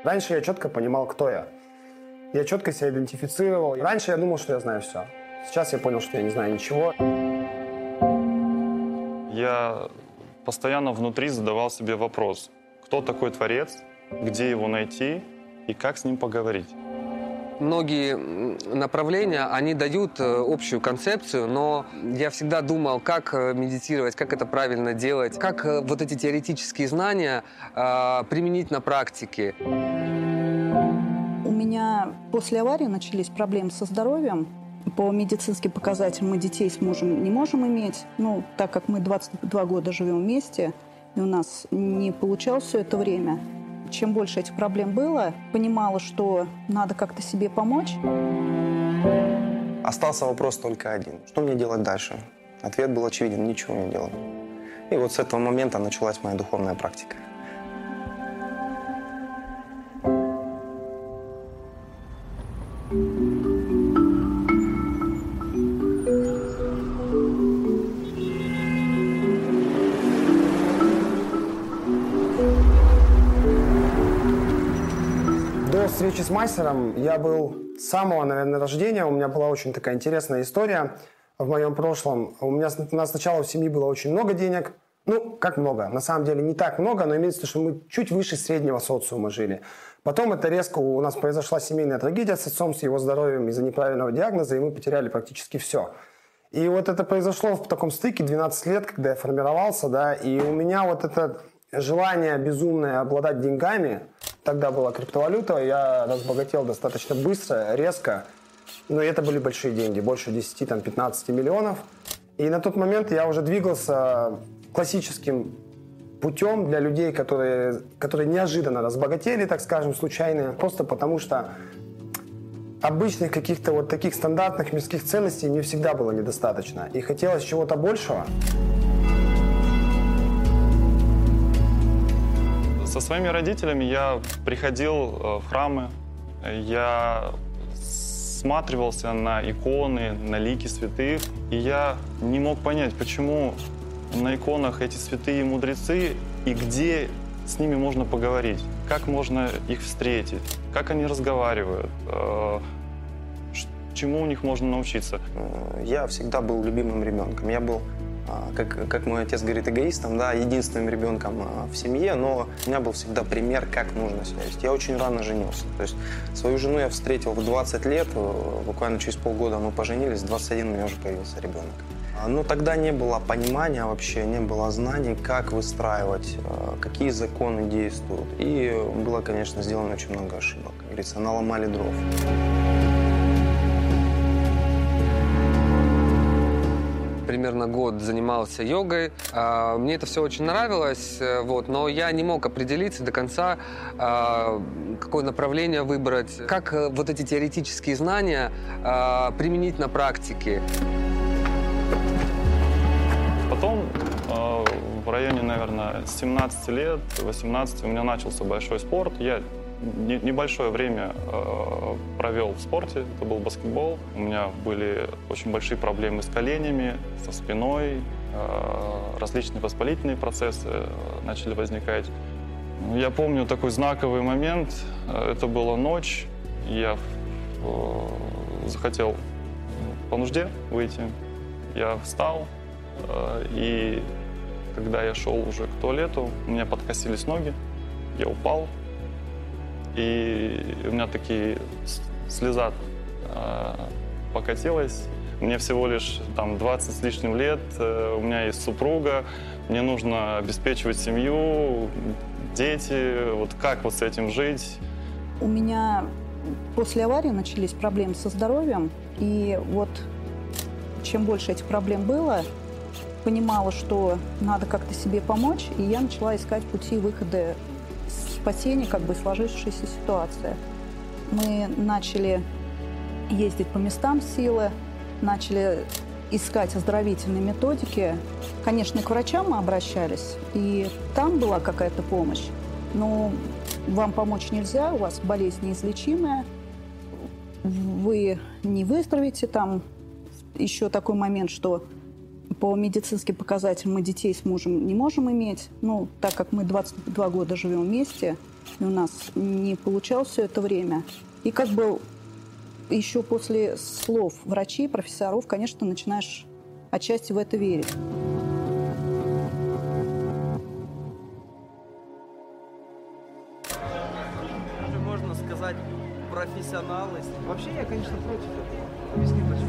Раньше я четко понимал, кто я. Я четко себя идентифицировал. Раньше я думал, что я знаю все. Сейчас я понял, что я не знаю ничего. Я постоянно внутри задавал себе вопрос, кто такой Творец, где его найти и как с ним поговорить. Многие направления, они дают общую концепцию, но я всегда думал, как медитировать, как это правильно делать, как вот эти теоретические знания применить на практике. У меня после аварии начались проблемы со здоровьем. По медицинским показателям мы детей с мужем не можем иметь. Ну, так как мы 22 года живем вместе, и у нас не получалось все это время. Чем больше этих проблем было, понимала, что надо как-то себе помочь. Остался вопрос только один. Что мне делать дальше? Ответ был очевиден. Ничего не делать. И вот с этого момента началась моя духовная практика. До встречи с мастером я был с самого, наверное, рождения. У меня была очень такая интересная история в моем прошлом. У нас сначала в семье было очень много денег. Ну, как много? На самом деле не так много, но имеется в виду, что мы чуть выше среднего социума жили. Потом это резко у нас произошла семейная трагедия с отцом, с его здоровьем из-за неправильного диагноза, и мы потеряли практически все. И вот это произошло в таком стыке 12 лет, когда я формировался, да, и у меня вот это желание безумное обладать деньгами, тогда была криптовалюта, я разбогател достаточно быстро, резко, но это были большие деньги, больше 10-15 миллионов. И на тот момент я уже двигался классическим путем для людей, которые неожиданно разбогатели, так скажем, случайно, просто потому что обычных каких-то вот таких стандартных мирских ценностей не всегда было недостаточно. И хотелось чего-то большего. Со своими родителями я приходил в храмы, я всматривался на иконы, на лики святых, и я не мог понять, почему на иконах эти святые мудрецы и где с ними можно поговорить, как можно их встретить, как они разговаривают, чему у них можно научиться. Я всегда был любимым ребенком. Я был, как мой отец говорит, эгоистом, да, единственным ребенком в семье, но у меня был всегда пример, как нужно себя вести. Я очень рано женился. То есть свою жену я встретил в 20 лет, буквально через полгода мы поженились, в 21 у меня уже появился ребенок. Но тогда не было понимания вообще, не было знаний, как выстраивать, какие законы действуют. И было, конечно, сделано очень много ошибок. Как говорится, наломали дров. Примерно год занимался йогой. Мне это все очень нравилось, вот, но я не мог определиться до конца, какое направление выбрать, как вот эти теоретические знания применить на практике. Потом, в районе, наверное, 17 лет, 18, у меня начался большой спорт. Я небольшое время провел в спорте, это был баскетбол. У меня были очень большие проблемы с коленями, со спиной, различные воспалительные процессы начали возникать. Я помню такой знаковый момент, это была ночь, я захотел по нужде выйти, я встал, и когда я шел уже к туалету, у меня подкосились ноги, я упал, и у меня такие слеза покатилась. Мне всего лишь там 20 с лишним лет, у меня есть супруга, мне нужно обеспечивать семью, дети, вот как вот с этим жить? У меня после аварии начались проблемы со здоровьем, и вот чем больше этих проблем было, понимала, что надо как-то себе помочь, и я начала искать пути выхода спасения как бы сложившейся ситуации. Мы начали ездить по местам силы, начали искать оздоровительные методики. Конечно, и к врачам мы обращались, и там была какая-то помощь, но вам помочь нельзя, у вас болезнь неизлечимая, вы не выздоровеете. Там еще такой момент, что по медицинским показателям мы детей с мужем не можем иметь. Ну, так как мы 22 года живем вместе, и у нас не получалось все это время. И как бы еще после слов врачей, профессоров, конечно, начинаешь отчасти в это верить. Можно сказать, профессионалы. Вообще я, конечно, против этого. Объясни, почему.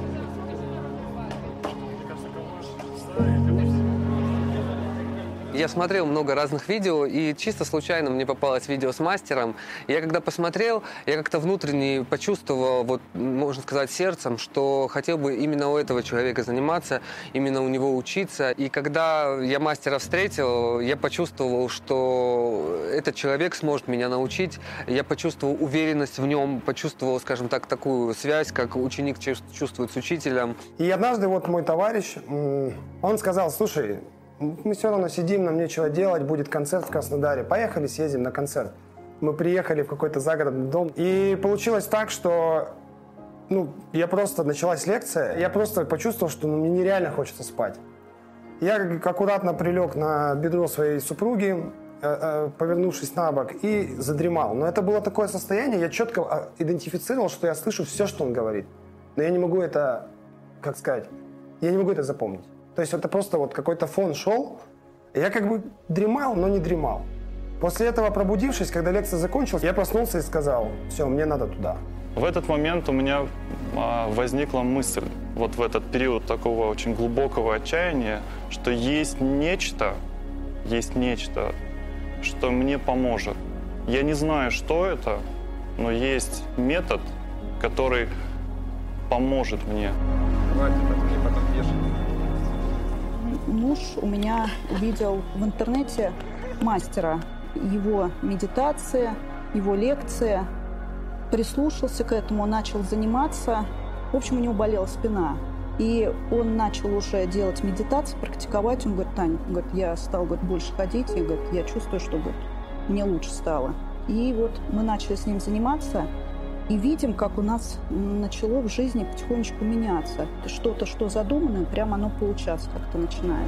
Я смотрел много разных видео, и чисто случайно мне попалось видео с мастером. Я когда посмотрел, я как-то внутренне почувствовал, вот, можно сказать, сердцем, что хотел бы именно у этого человека заниматься, именно у него учиться. И когда я мастера встретил, я почувствовал, что этот человек сможет меня научить. Я почувствовал уверенность в нем, почувствовал, скажем так, такую связь, как ученик чувствует с учителем. И однажды вот мой товарищ, он сказал: слушай, мы все равно сидим, нам нечего делать, будет концерт в Краснодаре. Поехали, съездим на концерт. Мы приехали в какой-то загородный дом. И получилось так, что началась лекция, я просто почувствовал, что мне нереально хочется спать. Я аккуратно прилег на бедро своей супруги, повернувшись на бок, и задремал. Но это было такое состояние, я четко идентифицировал, что я слышу все, что он говорит. Но я не могу это, я не могу это запомнить. То есть это просто вот какой-то фон шел. Я как бы дремал, но не дремал. После этого, пробудившись, когда лекция закончилась, я проснулся и сказал: все, мне надо туда. В этот момент у меня возникла мысль, вот в этот период такого очень глубокого отчаяния, что есть нечто, что мне поможет. Я не знаю, что это, но есть метод, который поможет мне. Муж у меня увидел в интернете мастера, его медитации, его лекции, прислушался к этому, начал заниматься. В общем, у него болела спина. И он начал уже делать медитации, практиковать. Он говорит: Таня, я стал больше ходить, и я чувствую, что мне лучше стало. И вот мы начали с ним заниматься. И видим, как у нас начало в жизни потихонечку меняться. Что-то, что задумано, прямо оно получаться как-то начинает.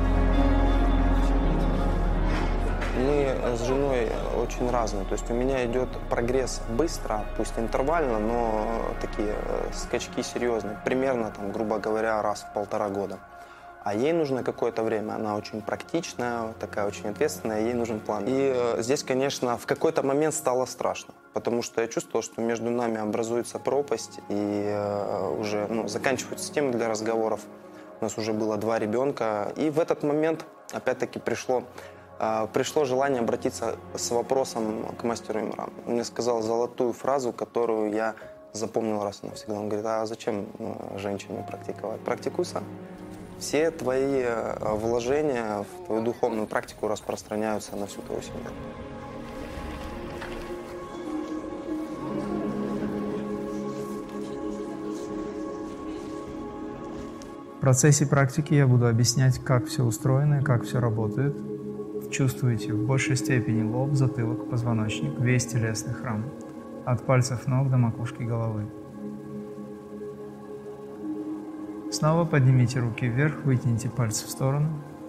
Мы с женой очень разные. То есть у меня идет прогресс быстро, пусть интервально, но такие скачки серьезные. Примерно, грубо говоря, раз в 1,5 года. А ей нужно какое-то время. Она очень практичная, такая очень ответственная, ей нужен план. И здесь, конечно, в какой-то момент стало страшно, потому что я чувствовал, что между нами образуется пропасть, и уже заканчиваются темы для разговоров. У нас уже было 2 ребенка. И в этот момент, опять-таки, пришло желание обратиться с вопросом к мастеру Имрану. Он мне сказал золотую фразу, которую я запомнил раз и навсегда. Он говорит: а зачем женщине практиковать? Практикуй сам. Все твои вложения в твою духовную практику распространяются на всю твою семью. В процессе практики я буду объяснять, как все устроено и как все работает. Чувствуете в большей степени лоб, затылок, позвоночник, весь телесный храм, от пальцев ног до макушки головы. Снова поднимите руки вверх, вытяните пальцы в сторону.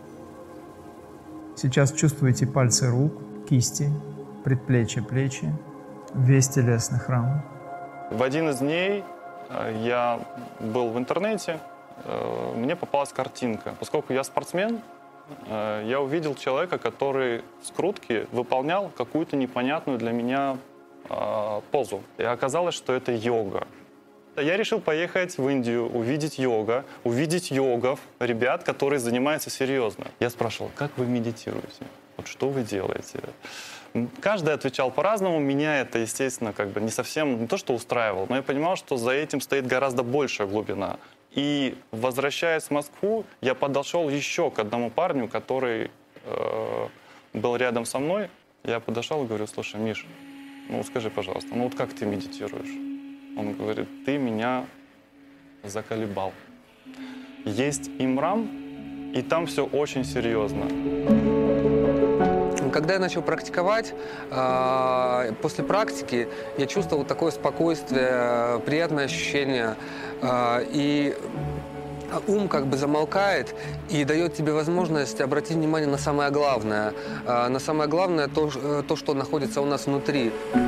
Сейчас чувствуете пальцы рук, кисти, предплечья, плечи, весь телесный храм. В один из дней я был в интернете, мне попалась картинка. Поскольку я спортсмен, я увидел человека, который в скрутке выполнял какую-то непонятную для меня позу. И оказалось, что это йога. Я решил поехать в Индию, увидеть йогов, ребят, которые занимаются серьезно. Я спрашивал: как вы медитируете? Вот что вы делаете? Каждый отвечал по-разному. Меня это, естественно, не совсем, не то что устраивало, но я понимал, что за этим стоит гораздо большая глубина. И, возвращаясь в Москву, я подошел еще к одному парню, который был рядом со мной. Я подошел и говорю: слушай, Миш, скажи, пожалуйста, как ты медитируешь? Он говорит: ты меня заколебал. Есть Имран, и там все очень серьезно. Когда я начал практиковать, после практики я чувствовал такое спокойствие, приятное ощущение. И ум как бы замолкает и дает тебе возможность обратить внимание на самое главное. На самое главное то, что находится у нас внутри.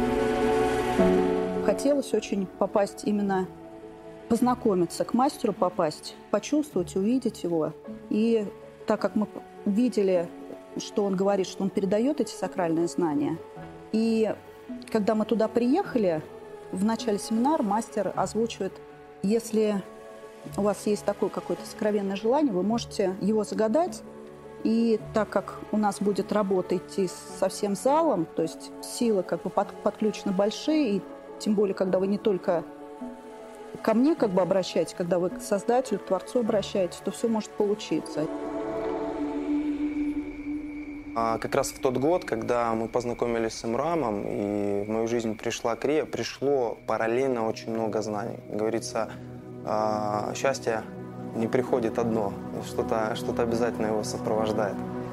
Хотелось очень попасть именно, познакомиться, к мастеру попасть, почувствовать, увидеть его. И так как мы видели, что он говорит, что он передает эти сакральные знания, и когда мы туда приехали, в начале семинара мастер озвучивает, если у вас есть такое какое-то сокровенное желание, вы можете его загадать. И так как у нас будет работа идти со всем залом, то есть силы как бы подключены большие, и тем более, когда вы не только ко мне как бы обращаетесь, когда вы к Создателю, к Творцу обращаетесь, то все может получиться. Как раз в тот год, когда мы познакомились с Имрамом, и в мою жизнь пришла Крия, пришло параллельно очень много знаний. Говорится, счастье не приходит одно, что-то обязательно его сопровождает.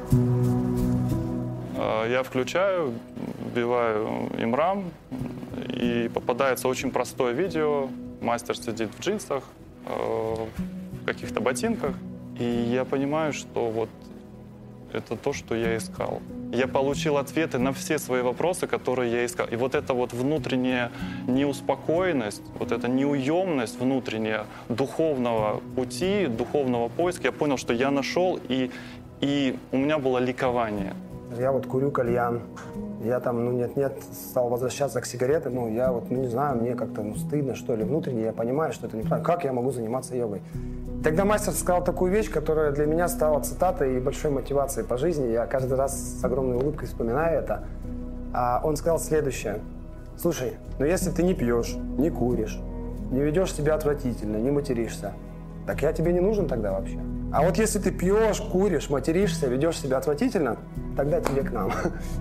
Я включаю, вбиваю Имрам, и попадается очень простое видео. Мастер сидит в джинсах, в каких-то ботинках, и я понимаю, что вот это то, что я искал. Я получил ответы на все свои вопросы, которые я искал. И вот эта вот внутренняя неуспокоенность, вот эта неуемность внутренняя духовного пути, духовного поиска, я понял, что я нашел, и у меня было ликование. Я вот курю кальян. Я там, нет-нет, стал возвращаться к сигаретам. Я вот, не знаю, мне как-то стыдно, что ли, внутренне. Я понимаю, что это неправильно. Как я могу заниматься йогой? Тогда мастер сказал такую вещь, которая для меня стала цитатой и большой мотивацией по жизни. Я каждый раз с огромной улыбкой вспоминаю это. Он сказал следующее. Слушай, если ты не пьешь, не куришь, не ведешь себя отвратительно, не материшься, так я тебе не нужен тогда вообще. А вот если ты пьешь, куришь, материшься, ведешь себя отвратительно, тогда тебе к нам.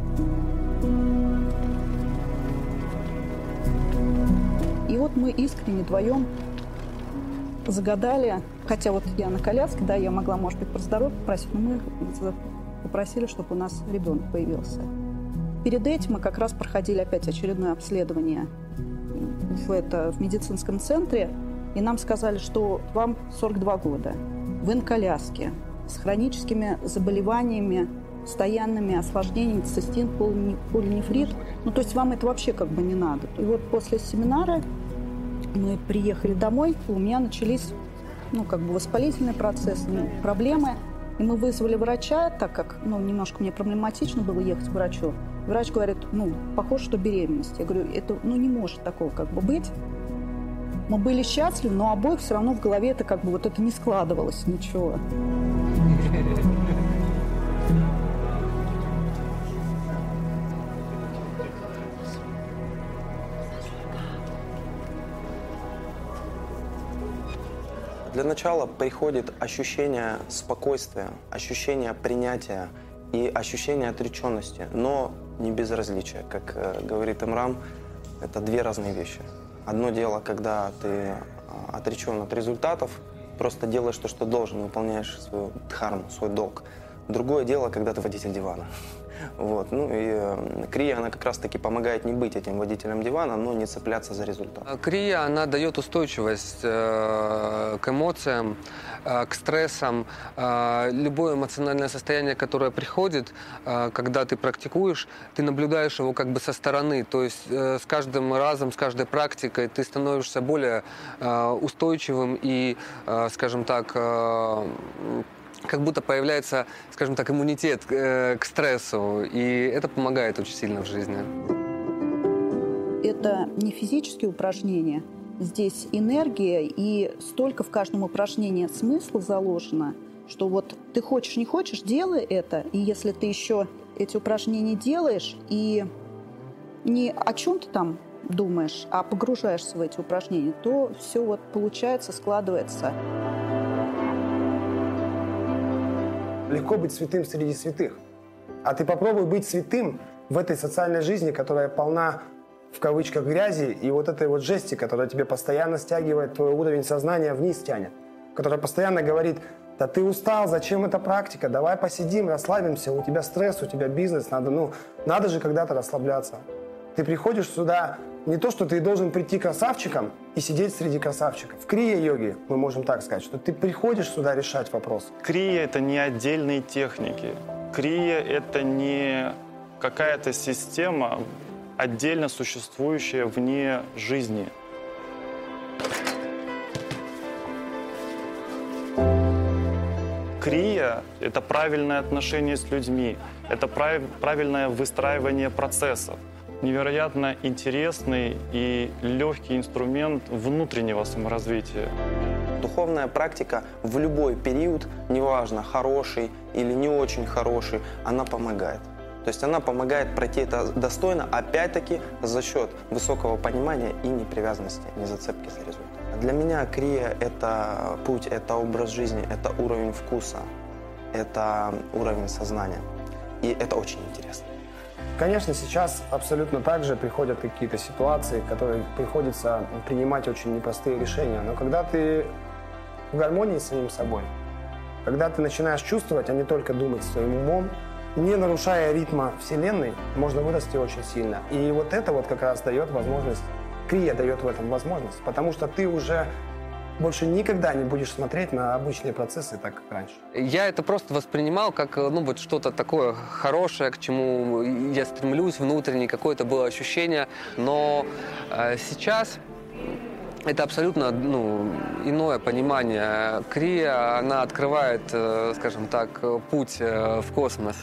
И вот мы искренне вдвоем загадали, хотя вот я на коляске, да, я могла, может быть, про здоровье попросить, но мы попросили, чтобы у нас ребенок появился. Перед этим мы как раз проходили опять очередное обследование в медицинском центре, и нам сказали, что вам 42 года, вы на коляске с хроническими заболеваниями, постоянными осложнениями, цистин, полинефрит. То есть вам это вообще как бы не надо. И вот после семинара мы приехали домой, у меня начались, воспалительные процессы, проблемы. И мы вызвали врача, так как, немножко мне проблематично было ехать к врачу. Врач говорит, похоже, что беременность. Я говорю, это, не может такого быть. Мы были счастливы, но обоих все равно в голове это это не складывалось, ничего. Для начала приходит ощущение спокойствия, ощущение принятия и ощущение отреченности, но не безразличия. Как говорит Имрам, это две разные вещи. Одно дело, когда ты отречен от результатов, просто делаешь то, что должен, выполняешь свою дхарму, свой долг. Другое дело, когда ты водитель дивана. Вот. И Крия, она как раз-таки помогает не быть этим водителем дивана, но не цепляться за результат. Крия, она дает устойчивость к эмоциям, к стрессам. Любое эмоциональное состояние, которое приходит, когда ты практикуешь, ты наблюдаешь его со стороны. То есть с каждым разом, с каждой практикой ты становишься более устойчивым и, скажем так, как будто появляется, скажем так, иммунитет к стрессу, и это помогает очень сильно в жизни. Это не физические упражнения, здесь энергия, и столько в каждом упражнении смысла заложено, что вот ты хочешь, не хочешь, делай это, и если ты еще эти упражнения делаешь, и не о чем ты там думаешь, а погружаешься в эти упражнения, то все получается, складывается. Легко быть святым среди святых. А ты попробуй быть святым в этой социальной жизни, которая полна, в кавычках, грязи и вот этой вот жести, которая тебе постоянно стягивает твой уровень сознания вниз тянет. Которая постоянно говорит, да ты устал, зачем эта практика, давай посидим, расслабимся, у тебя стресс, у тебя бизнес, надо же когда-то расслабляться. Ты приходишь сюда Не то, что ты должен прийти красавчиком и сидеть среди красавчиков. В крия-йоге мы можем так сказать, что ты приходишь сюда решать вопрос. Крия – это не отдельные техники. Крия – это не какая-то система, отдельно существующая вне жизни. Крия – это правильное отношение с людьми, это правильное выстраивание процессов. Невероятно интересный и легкий инструмент внутреннего саморазвития. Духовная практика в любой период, неважно, хороший или не очень хороший, она помогает. То есть она помогает пройти это достойно, опять-таки, за счет высокого понимания и непривязанности, не зацепки за результат. Для меня крия – это путь, это образ жизни, это уровень вкуса, это уровень сознания. И это очень интересно. Конечно, сейчас абсолютно так же приходят какие-то ситуации, в которые приходится принимать очень непростые решения. Но когда ты в гармонии с самим собой, когда ты начинаешь чувствовать, а не только думать своим умом, не нарушая ритма Вселенной, можно вырасти очень сильно. И вот это вот как раз дает возможность, крия дает в этом возможность, потому что ты уже больше никогда не будешь смотреть на обычные процессы так, как раньше. Я это просто воспринимал как вот что-то такое хорошее, к чему я стремлюсь внутренне, какое-то было ощущение. Но сейчас это абсолютно иное понимание. Крия, она открывает, скажем так, путь в космос.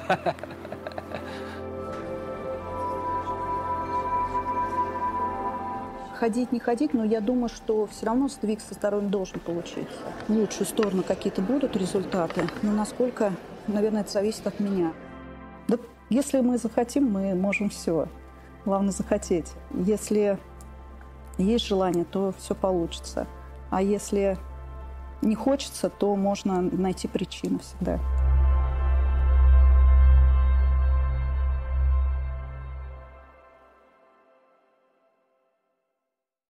Ходить, не ходить, но я думаю, что все равно сдвиг со стороны должен получиться. В лучшую сторону какие-то будут результаты, но насколько, наверное, это зависит от меня. Да, если мы захотим, мы можем все. Главное захотеть. Если есть желание, то все получится. А если не хочется, то можно найти причину всегда.